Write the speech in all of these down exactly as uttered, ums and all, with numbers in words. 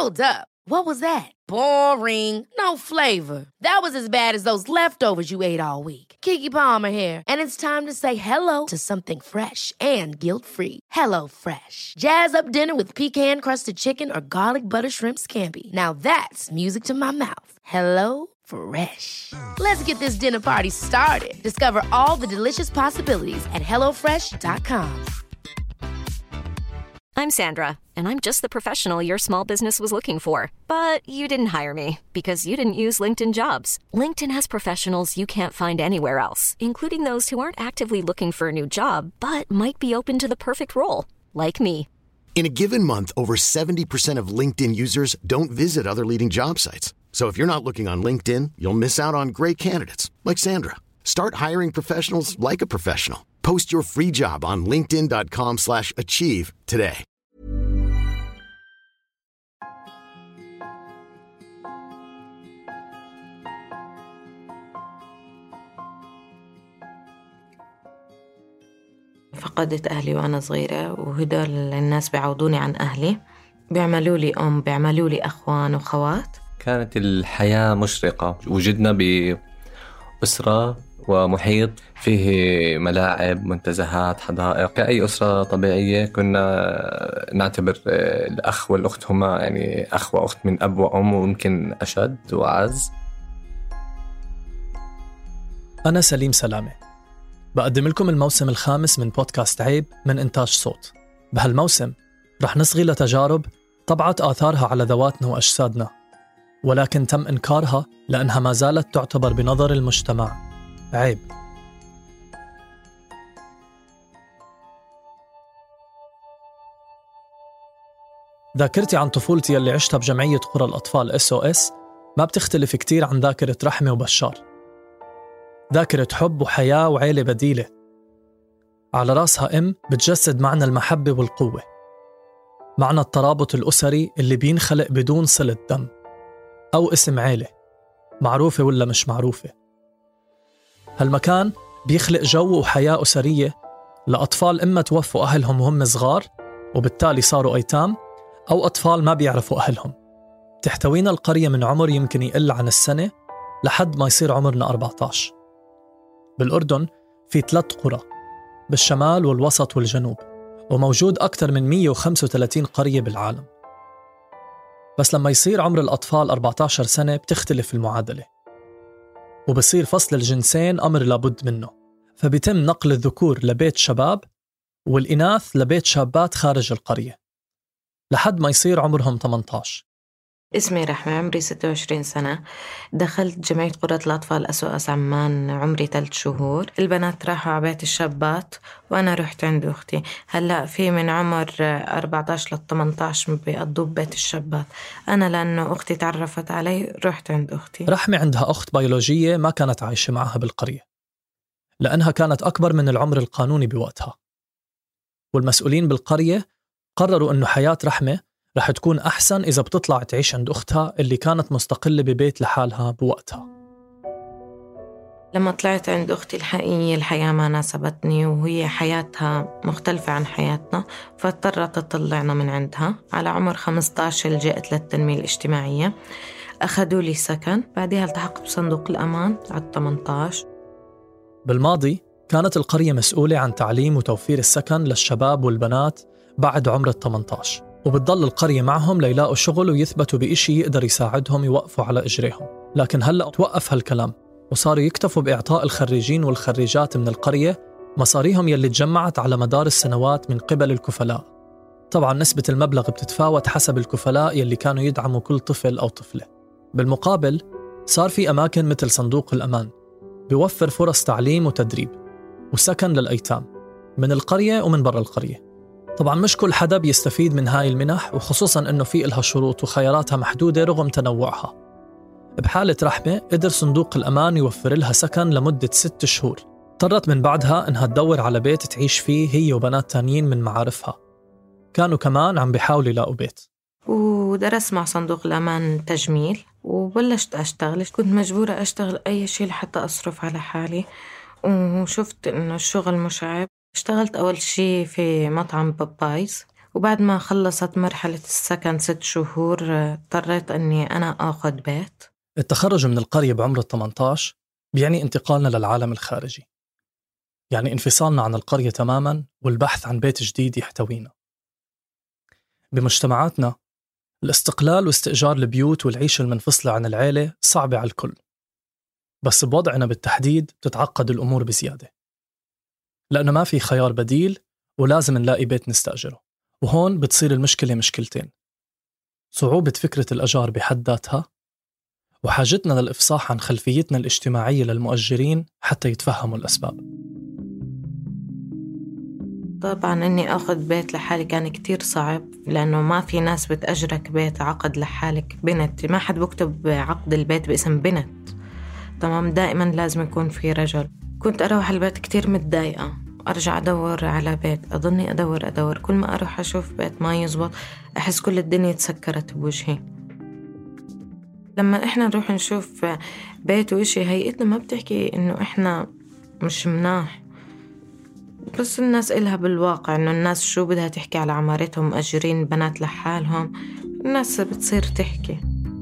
Hold up. What was that? Boring. No flavor. That was as bad as those leftovers you ate all week. Keke Palmer here, and it's time to say hello to something fresh and guilt-free. Hello Fresh. Jazz up dinner with pecan-crusted chicken or garlic butter shrimp scampi. Now that's music to my mouth. Hello Fresh. Let's get this dinner party started. Discover all the delicious possibilities at hello fresh dot com. I'm Sandra, and I'm just the professional your small business was looking for. But you didn't hire me because you didn't use LinkedIn Jobs. LinkedIn has professionals you can't find anywhere else, including those who aren't actively looking for a new job, but might be open to the perfect role, like me. In a given month, over seventy percent of LinkedIn users don't visit other leading job sites. So if you're not looking on LinkedIn, you'll miss out on great candidates like Sandra. Start hiring professionals like a professional. Post your free job on linkedin dot com slash achieve today. فقدت أهلي وأنا صغيرة، وهدول الناس بيعوضوني عن أهلي، بيعملوا لي أم، بيعملوا لي أخوان وخوات. كانت الحياة مشرقة، وجدنا بأسرة ومحيط فيه ملاعب، منتزهات، حدائق. كأي أسرة طبيعية كنا نعتبر الأخ والأخت هما يعني أخ وأخت من أب وأم، ويمكن أشد وأعز. أنا سليم سلامة، بقدم لكم الموسم الخامس من بودكاست عيب من إنتاج صوت. بهالموسم رح نصغي لتجارب طبعت آثارها على ذواتنا وأجسادنا، ولكن تم إنكارها لأنها ما زالت تعتبر بنظر المجتمع عيب. ذاكرتي عن طفولتي اللي عشتها بجمعية قرى الأطفال إس أو إس ما بتختلف كتير عن ذاكرة رحمة وبشار. ذاكرة حب وحياة وعيلة بديلة، على راسها أم بتجسد معنى المحبة والقوة، معنى الترابط الأسري اللي بينخلق بدون صلة دم، أو اسم عيلة معروفة ولا مش معروفة. هالمكان بيخلق جو وحياة أسرية لأطفال إما توفوا أهلهم وهم صغار وبالتالي صاروا أيتام، أو أطفال ما بيعرفوا أهلهم. تحتوينا القرية من عمر يمكن يقل عن السنة لحد ما يصير عمرنا أربعة عشر. بالأردن في ثلاث قرى بالشمال والوسط والجنوب، وموجود أكثر من مية وخمسة وثلاثين قرية بالعالم. بس لما يصير عمر الأطفال أربعة عشر سنة بتختلف المعادلة، وبصير فصل الجنسين أمر لابد منه، فبيتم نقل الذكور لبيت شباب والإناث لبيت شابات خارج القرية لحد ما يصير عمرهم ثمانية عشر. اسمي رحمة، عمري ستة وعشرين سنة. دخلت جمعية قرى الأطفال إس أو إس عمان عمري ثلاث شهور. البنات راحوا على بيت الشابات وأنا رحت عند أختي. هلأ في من عمر أربعة عشر ل ثمانية عشر بيقضوا ببيت الشابات. أنا لأنه أختي تعرفت علي رحت عند أختي. رحمة عندها أخت بيولوجية ما كانت عايشة معها بالقرية لأنها كانت أكبر من العمر القانوني بوقتها، والمسؤولين بالقرية قرروا أنه حياة رحمة رح تكون أحسن إذا بتطلع تعيش عند أختها اللي كانت مستقلة ببيت لحالها بوقتها. لما طلعت عند أختي الحقيقية الحياة ما ناسبتني، وهي حياتها مختلفة عن حياتنا، فاضطرت تطلعنا من عندها. على عمر خمسة عشر لجأت للتنمية الاجتماعية، أخذوا لي سكن. بعدها التحقت بصندوق الأمان على ثمانية عشر. بالماضي كانت القرية مسؤولة عن تعليم وتوفير السكن للشباب والبنات بعد عمر الثمانية عشر، وبتضل القرية معهم ليلاقوا شغل ويثبتوا بإشي يقدر يساعدهم يوقفوا على إجريهم. لكن هلأ توقف هالكلام وصاروا يكتفوا بإعطاء الخريجين والخريجات من القرية مصاريهم يلي تجمعت على مدار السنوات من قبل الكفلاء. طبعا نسبة المبلغ بتتفاوت حسب الكفلاء يلي كانوا يدعموا كل طفل أو طفلة. بالمقابل صار في أماكن مثل صندوق الأمان بيوفر فرص تعليم وتدريب وسكن للأيتام من القرية ومن برا القرية. طبعا مش كل حدا بيستفيد من هاي المنح، وخصوصا أنه في إلها شروط وخياراتها محدودة رغم تنوعها. بحالة رحمة قدر صندوق الأمان يوفر لها سكن لمدة ست شهور. اضطرت من بعدها أنها تدور على بيت تعيش فيه هي وبنات تانيين من معارفها كانوا كمان عم بيحاولوا يلاقوا بيت. ودرس مع صندوق الأمان تجميل وبلشت أشتغل. كنت مجبورة أشتغل أي شيء لحتى أصرف على حالي، وشفت إنه الشغل مش عيب. اشتغلت أول شيء في مطعم بابايز، وبعد ما خلصت مرحلة السكن ست شهور اضطريت أني أنا أخذ بيت. التخرج من القرية بعمر الثمانية عشر بيعني انتقالنا للعالم الخارجي، يعني انفصالنا عن القرية تماماً والبحث عن بيت جديد يحتوينا. بمجتمعاتنا الاستقلال واستئجار البيوت والعيشة المنفصلة عن العيلة صعبة على الكل، بس بوضعنا بالتحديد تتعقد الأمور بزيادة، لأنه ما في خيار بديل ولازم نلاقي بيت نستأجره. وهون بتصير المشكلة مشكلتين: صعوبة فكرة الأجار بحد ذاتها، وحاجتنا للإفصاح عن خلفيتنا الاجتماعية للمؤجرين حتى يتفهموا الأسباب. طبعاً إني أخذ بيت لحالي كان كتير صعب، لأنه ما في ناس بتأجرك بيت عقد لحالك. بنت ما حد بكتب عقد البيت باسم بنت، تمام؟ دائماً لازم يكون في رجل. كنت أروح البيت كتير متضايقة، أرجع أدور على بيت، أظني أدور أدور كل ما أروح أشوف بيت ما يزبط أحس كل الدنيا تسكرت بوجهي. لما إحنا نروح نشوف بيت وإشي هيئتنا ما بتحكي إنه إحنا مش مناح، بس الناس إلها بالواقع إنه الناس شو بدها تحكي على عمارتهم مأجرين بنات لحالهم، الناس بتصير تحكي.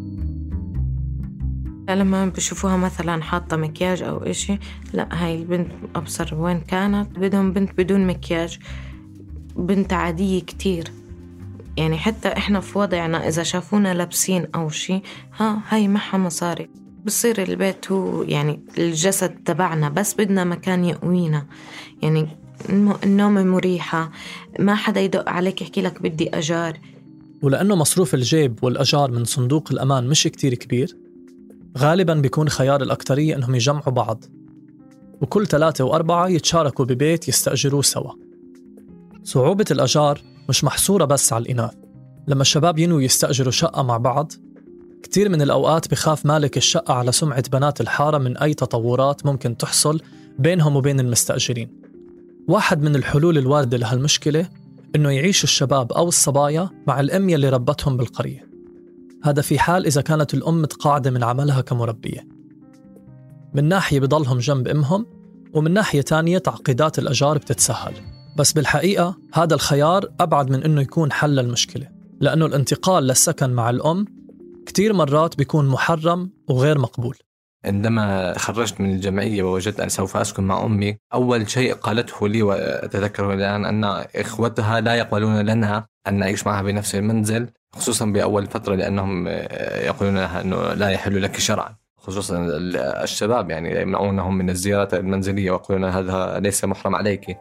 لما بشوفوها مثلا حاطة مكياج أو إشي، لا هاي البنت أبصر وين كانت، بدهم بنت بدون مكياج، بنت عادية كتير. يعني حتى إحنا في وضعنا إذا شافونا لابسين أو شي، ها هاي معها مصاري. بصير البيت هو يعني الجسد تبعنا، بس بدنا مكان يقوينا، يعني النوم مريحة، ما حدا يدق عليك يحكي لك بدي أجار. ولأنه مصروف الجيب والأجار من صندوق الأمان مش كتير كبير، غالباً بيكون خيار الأكترية إنهم يجمعوا بعض وكل ثلاثة وأربعة يتشاركوا ببيت يستأجروه سوا. صعوبة الأجار مش محصورة بس على الإناث. لما الشباب ينوي يستأجروا شقة مع بعض، كتير من الأوقات بخاف مالك الشقة على سمعة بنات الحارة من أي تطورات ممكن تحصل بينهم وبين المستأجرين. واحد من الحلول الواردة لهالمشكلة إنه يعيش الشباب أو الصبايا مع الأم يلي ربتهم بالقرية. هذا في حال إذا كانت الأم متقاعدة من عملها كمربية. من ناحية بضلهم جنب أمهم، ومن ناحية تانية تعقيدات الأجار بتتسهل. بس بالحقيقة هذا الخيار أبعد من إنه يكون حل المشكلة، لأنه الانتقال للسكن مع الأم كتير مرات بيكون محرم وغير مقبول. عندما خرجت من الجمعية ووجدت أن سوف أسكن مع أمي، أول شيء قالته لي وأتذكره الآن أن إخوتها لا يقبلون لنا أن نعيش معها بنفس المنزل، خصوصا بأول فترة، لأنهم يقولون لها أنه لا يحل لك شرعا، خصوصا الشباب يعني يمنعونهم من الزيارات المنزلية ويقولون هذا ليس محرم عليك.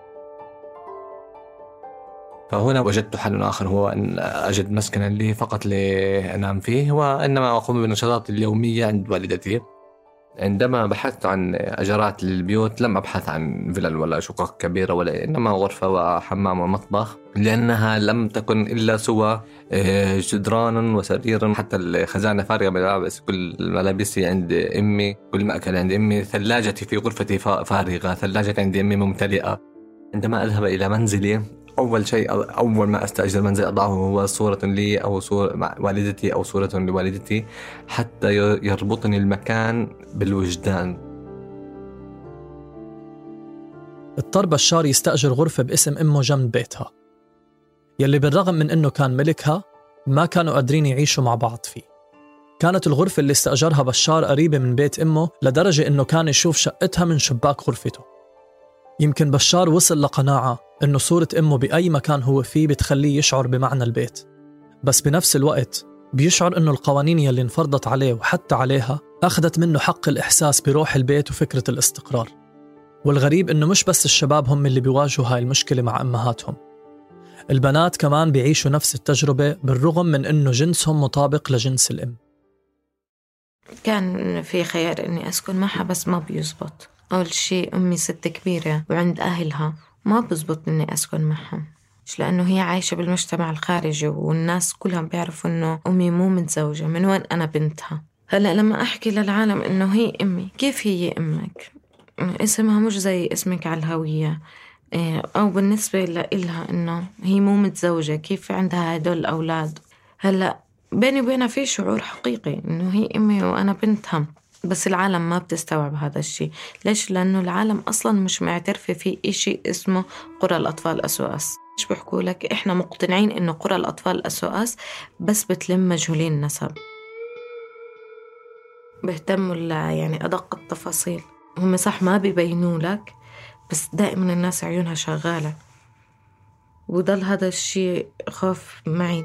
فهنا وجدت حل آخر، هو أن أجد مسكنا لي فقط لأنام فيه، وإنما أقوم بالنشاطات اليومية عند والدتي. عندما بحثت عن أجارات للبيوت لم أبحث عن فلل ولا شقق كبيرة، ولا إنما غرفة وحمام ومطبخ، لأنها لم تكن إلا سوى جدران وسرير، حتى الخزانة فارغة بالملابس، كل ملابسي عند أمي، كل مأكل عند أمي، ثلاجتي في غرفتي فارغة، ثلاجتي عند أمي ممتلئة. عندما أذهب إلى منزلي أول شيء أول ما أستأجر منزل أضعه هو صورة لي أو صورة مع والدتي أو صورة لوالدتي، حتى يربطني المكان بالوجدان. اضطر بشار يستأجر غرفة باسم أمه جنب بيتها، يلي بالرغم من أنه كان ملكها ما كانوا قادرين يعيشوا مع بعض فيه. كانت الغرفة اللي استأجرها بشار قريبة من بيت أمه لدرجة أنه كان يشوف شقتها من شباك غرفته. يمكن بشار وصل لقناعة أنه صورة أمه بأي مكان هو فيه بتخليه يشعر بمعنى البيت، بس بنفس الوقت بيشعر أنه القوانين يلي انفرضت عليه وحتى عليها أخذت منه حق الإحساس بروح البيت وفكرة الاستقرار. والغريب أنه مش بس الشباب هم اللي بيواجهوا هاي المشكلة مع أمهاتهم، البنات كمان بيعيشوا نفس التجربة بالرغم من أنه جنسهم مطابق لجنس الأم. كان في خيار أني أسكن معها بس ما بيزبط. أول شيء أمي ست كبيرة وعند أهلها، ما بزبط إني أسكن معهم، مش لأنه هي عايشة بالمجتمع الخارجي والناس كلهم بيعرفوا إنه أمي مو متزوجة، من وين أنا بنتها. هلأ لما أحكي للعالم إنه هي أمي، كيف هي أمك؟ اسمها مش زي اسمك على الهوية، أو بالنسبة لإلها إنه هي مو متزوجة، كيف عندها هدول الأولاد. هلأ بيني وبينها في شعور حقيقي إنه هي أمي وأنا بنتها، بس العالم ما بتستوعب هذا الشيء. ليش؟ لأنه العالم أصلاً مش معترف في إشي اسمه قرى الأطفال أس أو أس. مش بحكوا لك إحنا مقتنعين إنه قرى الأطفال اس او اس بس بتلم مجهولين النسب. بيهتموا يعني أدق التفاصيل. هم صح ما بيبينوا لك بس دائما الناس عيونها شغالة، وضل هذا الشيء خوف معي.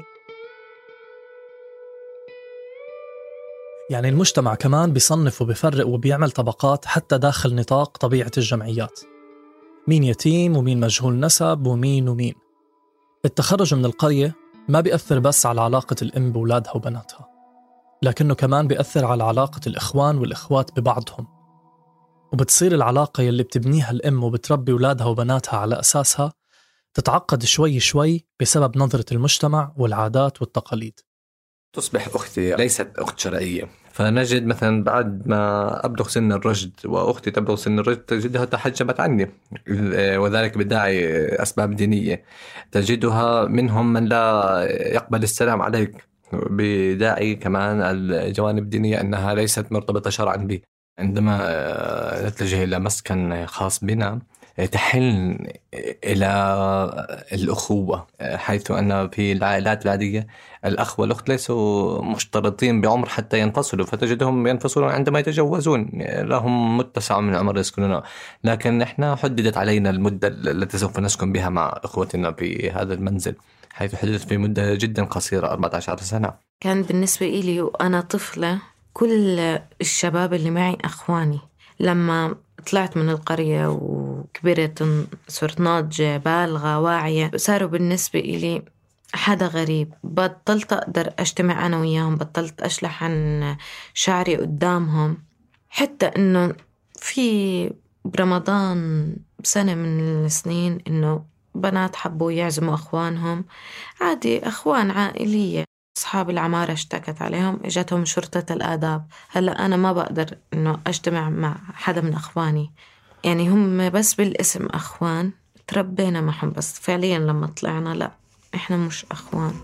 يعني المجتمع كمان بيصنف وبيفرق وبيعمل طبقات حتى داخل نطاق طبيعة الجمعيات، مين يتيم ومين مجهول نسب ومين ومين. التخرج من القرية ما بيأثر بس على علاقة الأم بولادها وبناتها، لكنه كمان بيأثر على علاقة الإخوان والإخوات ببعضهم، وبتصير العلاقة يلي بتبنيها الأم وبتربي أولادها وبناتها على أساسها تتعقد شوي شوي بسبب نظرة المجتمع والعادات والتقاليد. تصبح أختي ليست أخت شرعية، فنجد مثلا بعد ما أبلغ سن الرشد وأختي تبلغ سن الرشد تجدها تحجبت عني، وذلك بداعي أسباب دينية. تجدها منهم من لا يقبل السلام عليك بداعي كمان الجوانب الدينية أنها ليست مرتبطة شرعا بي. عندما نتجه إلى مسكن خاص بنا تحن إلى الأخوة، حيث أن في العائلات العادية الأخ والأخت ليسوا مشترطين بعمر حتى ينفصلوا، فتجدهم ينفصلون عندما يتجوزون، لهم متسع من العمر يسكنون، لكن إحنا حددت علينا المدة التي سوف نسكن بها مع إخوتنا في هذا المنزل، حيث حددت في مدة جدا قصيرة أربعة عشر سنة. كان بالنسبة إلي وأنا طفلة كل الشباب اللي معي أخواني. لما طلعت من القرية وكبرت صرت ناضجة بالغة واعية، صاروا بالنسبة إلي حدا غريب. بطلت أقدر أجتمع أنا وياهم، بطلت أشلح عن شعري قدامهم. حتى إنه في برمضان سنة من السنين إنه بنات حبوا يعزموا أخوانهم عادي، أخوان عائلية، أصحاب العمارة اشتكت عليهم، اجتهم شرطة الآداب. هلأ أنا ما بقدر إنه أجتمع مع حدا من أخواني، يعني هم بس بالاسم أخوان، تربينا معهم، بس فعليا لما طلعنا لا، إحنا مش أخوان.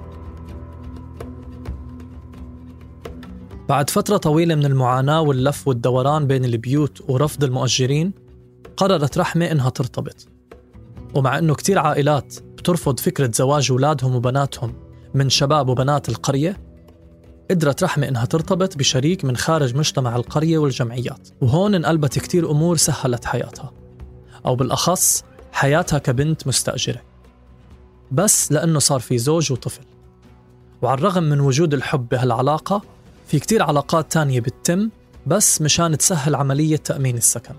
بعد فترة طويلة من المعاناة واللف والدوران بين البيوت ورفض المؤجرين، قررت رحمة إنها ترتبط. ومع إنه كتير عائلات بترفض فكرة زواج أولادهم وبناتهم من شباب وبنات القرية، قدرت رحمة إنها ترتبط بشريك من خارج مجتمع القرية والجمعيات، وهون انقلبت كتير أمور سهلت حياتها، أو بالأخص حياتها كبنت مستأجرة، بس لأنه صار في زوج وطفل. وعلى الرغم من وجود الحب بهالعلاقة، في كتير علاقات تانية بتتم بس مشان تسهل عملية تأمين السكن.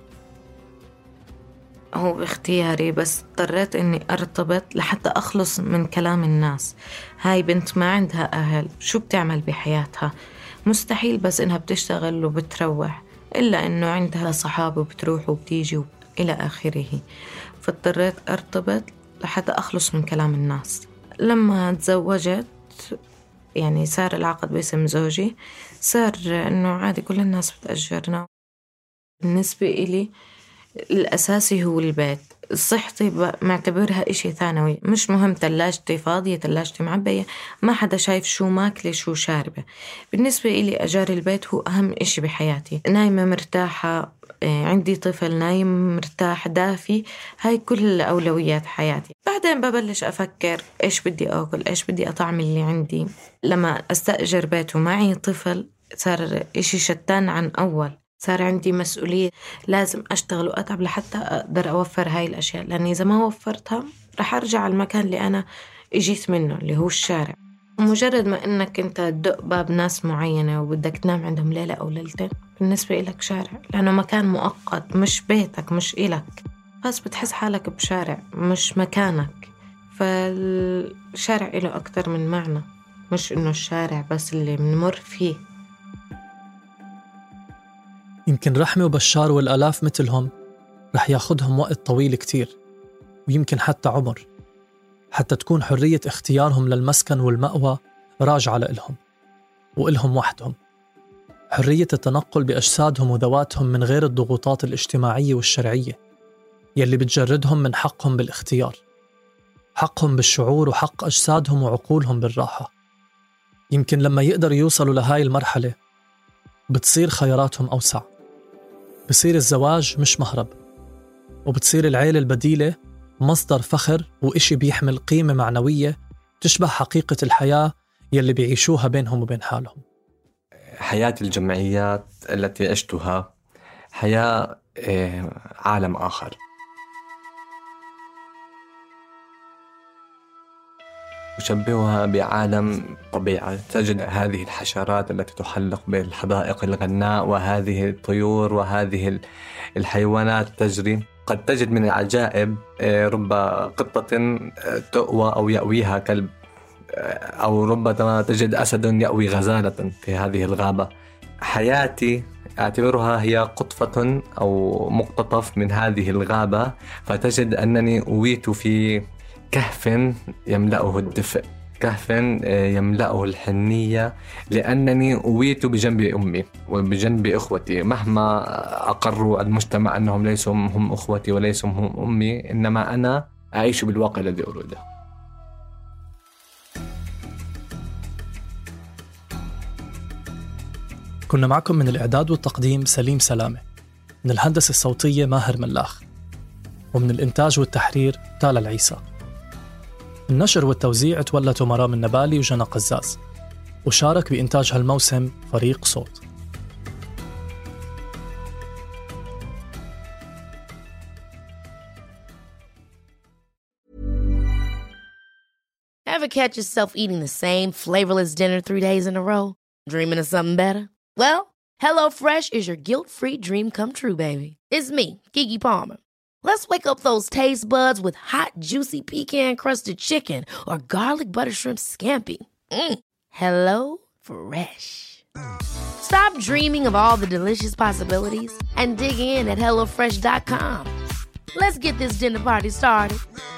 هو باختياري، بس اضطريت إني أرتبط لحتى أخلص من كلام الناس. هاي بنت ما عندها أهل، شو بتعمل بحياتها؟ مستحيل بس إنها بتشتغل وبتروح، إلا إنه عندها صحاب وبتروح وبتيجي إلى آخره. فاضطريت أرتبط لحتى أخلص من كلام الناس. لما تزوجت يعني صار العقد باسم زوجي، صار إنه عادي كل الناس بتأجرنا. بالنسبة إلي الأساسي هو البيت. صحتي معتبرها إشي ثانوي، مش مهم تلاجتي فاضية تلاجتي معبية، ما حدا شايف شو ماكلة شو شاربة. بالنسبة إلي أجار البيت هو أهم إشي بحياتي. نايمة مرتاحة، عندي طفل نايم مرتاح دافي، هاي كل أولويات حياتي. بعدين ببلش أفكر إيش بدي أكل، إيش بدي أطعم اللي عندي. لما أستأجر بيت ومعي طفل صار إشي شتان عن أول، صار عندي مسؤولية، لازم أشتغل وأتعب لحتى أقدر أوفر هاي الأشياء، لأني إذا ما وفرتها رح أرجع على المكان اللي أنا إجيت منه اللي هو الشارع. مجرد ما إنك أنت تدق باب ناس معينة وبدك تنام عندهم ليلة أو ليلتين، بالنسبة إلك شارع، لأنه مكان مؤقت مش بيتك مش إلك، بس بتحس حالك بشارع مش مكانك. فالشارع إله أكتر من معنى، مش إنه الشارع بس اللي بنمر فيه. يمكن رحمة وبشار والآلاف مثلهم رح ياخدهم وقت طويل كتير، ويمكن حتى عمر، حتى تكون حرية اختيارهم للمسكن والمأوى راجعة لإلهم وإلهم وحدهم. حرية التنقل بأجسادهم وذواتهم من غير الضغوطات الاجتماعية والشرعية يلي بتجردهم من حقهم بالاختيار، حقهم بالشعور وحق أجسادهم وعقولهم بالراحة. يمكن لما يقدروا يوصلوا لهاي المرحلة بتصير خياراتهم أوسع، بصير الزواج مش مهرب، وبتصير العيلة البديلة مصدر فخر وإشي بيحمل قيمة معنوية تشبه حقيقة الحياة يلي بيعيشوها بينهم وبين حالهم. حياة الجمعيات التي عشتها حياة عالم آخر. أشبهها بعالم طبيعة. تجد هذه الحشرات التي تحلق بالحدائق الغناء، وهذه الطيور وهذه الحيوانات تجري. قد تجد من العجائب رب قطة تؤوى أو يأويها كلب، أو ربما تجد أسد يأوي غزالة في هذه الغابة. حياتي أعتبرها هي قطفة أو مقتطف من هذه الغابة، فتجد أنني أويت في كهف يملأه الدفء، كهف يملأه الحنية، لأنني أويت بجنب أمي وبجنب إخوتي. مهما أقروا المجتمع أنهم ليسوا هم أخوتي وليسوا هم أمي، إنما أنا أعيش بالواقع الذي أريده. كنا معكم من الإعداد والتقديم سليم سلامة، من الهندسة الصوتية ماهر ملاخ، ومن الإنتاج والتحرير تالا العيسى. النشر والتوزيع تولته مرام النبالي وجنى قزاز، وشارك بإنتاج هالموسم فريق صوت. Ever catch yourself eating the same flavorless dinner three days in a row? Dreaming of something better? Well, HelloFresh is your guilt-free dream come true, baby. It's me, Keke Palmer. Let's wake up those taste buds with hot, juicy pecan-crusted chicken or garlic butter shrimp scampi. Mm. Hello Fresh. Stop dreaming of all the delicious possibilities and dig in at hello fresh dot com. Let's get this dinner party started.